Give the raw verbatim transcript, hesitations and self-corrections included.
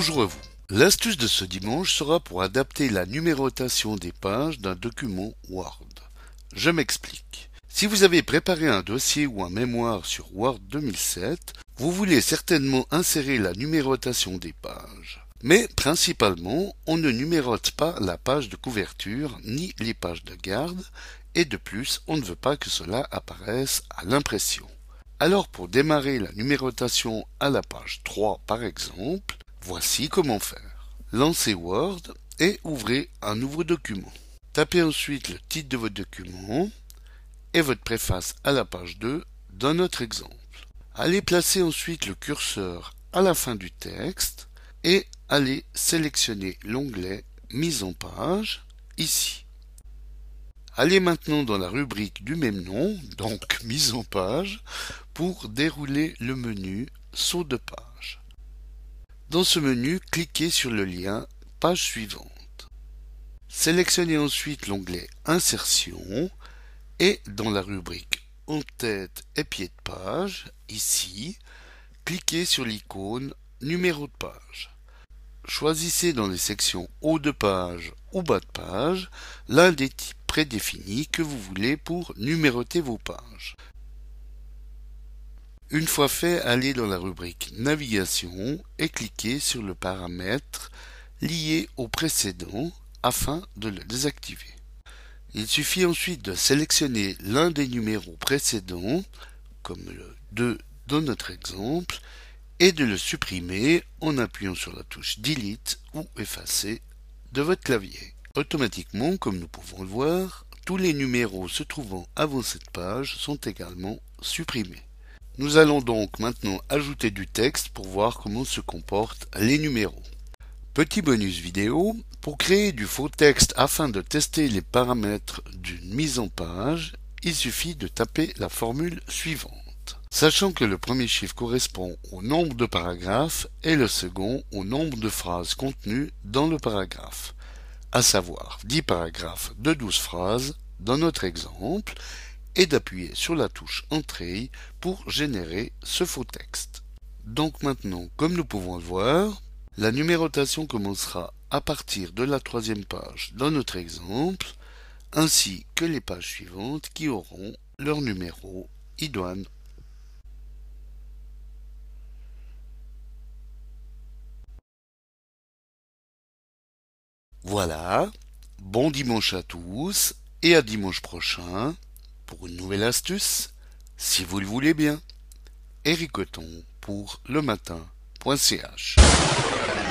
Bonjour à vous. L'astuce de ce dimanche sera pour adapter la numérotation des pages d'un document Word. Je m'explique. Si vous avez préparé un dossier ou un mémoire sur Word deux mille sept, vous voulez certainement insérer la numérotation des pages. Mais principalement, on ne numérote pas la page de couverture ni les pages de garde, et de plus, on ne veut pas que cela apparaisse à l'impression. Alors pour démarrer la numérotation à la page trois par exemple, voici comment faire. Lancez Word et ouvrez un nouveau document. Tapez ensuite le titre de votre document et votre préface à la page deux dans notre exemple. Allez placer ensuite le curseur à la fin du texte et allez sélectionner l'onglet Mise en page ici. Allez maintenant dans la rubrique du même nom, donc Mise en page, pour dérouler le menu Saut de page. Dans ce menu, cliquez sur le lien Page suivante. Sélectionnez ensuite l'onglet Insertion et dans la rubrique En-tête et pied de page, ici, cliquez sur l'icône Numéro de page. Choisissez dans les sections Haut de page ou Bas de page l'un des types prédéfinis que vous voulez pour numéroter vos pages. Une fois fait, allez dans la rubrique Navigation et cliquez sur le paramètre lié au précédent afin de le désactiver. Il suffit ensuite de sélectionner l'un des numéros précédents, comme le deux dans notre exemple, et de le supprimer en appuyant sur la touche Delete ou Effacer de votre clavier. Automatiquement, comme nous pouvons le voir, tous les numéros se trouvant avant cette page sont également supprimés. Nous allons donc maintenant ajouter du texte pour voir comment se comportent les numéros. Petit bonus vidéo, pour créer du faux texte afin de tester les paramètres d'une mise en page, il suffit de taper la formule suivante. Sachant que le premier chiffre correspond au nombre de paragraphes et le second au nombre de phrases contenues dans le paragraphe, à savoir dix paragraphes de douze phrases dans notre exemple, et d'appuyer sur la touche Entrée pour générer ce faux texte. Donc maintenant, comme nous pouvons le voir, la numérotation commencera à partir de la troisième page dans notre exemple, ainsi que les pages suivantes qui auront leur numéro idoine. Voilà, bon dimanche à tous et à dimanche prochain pour une nouvelle astuce, si vous le voulez bien. Éric Othon pour le matin point c h.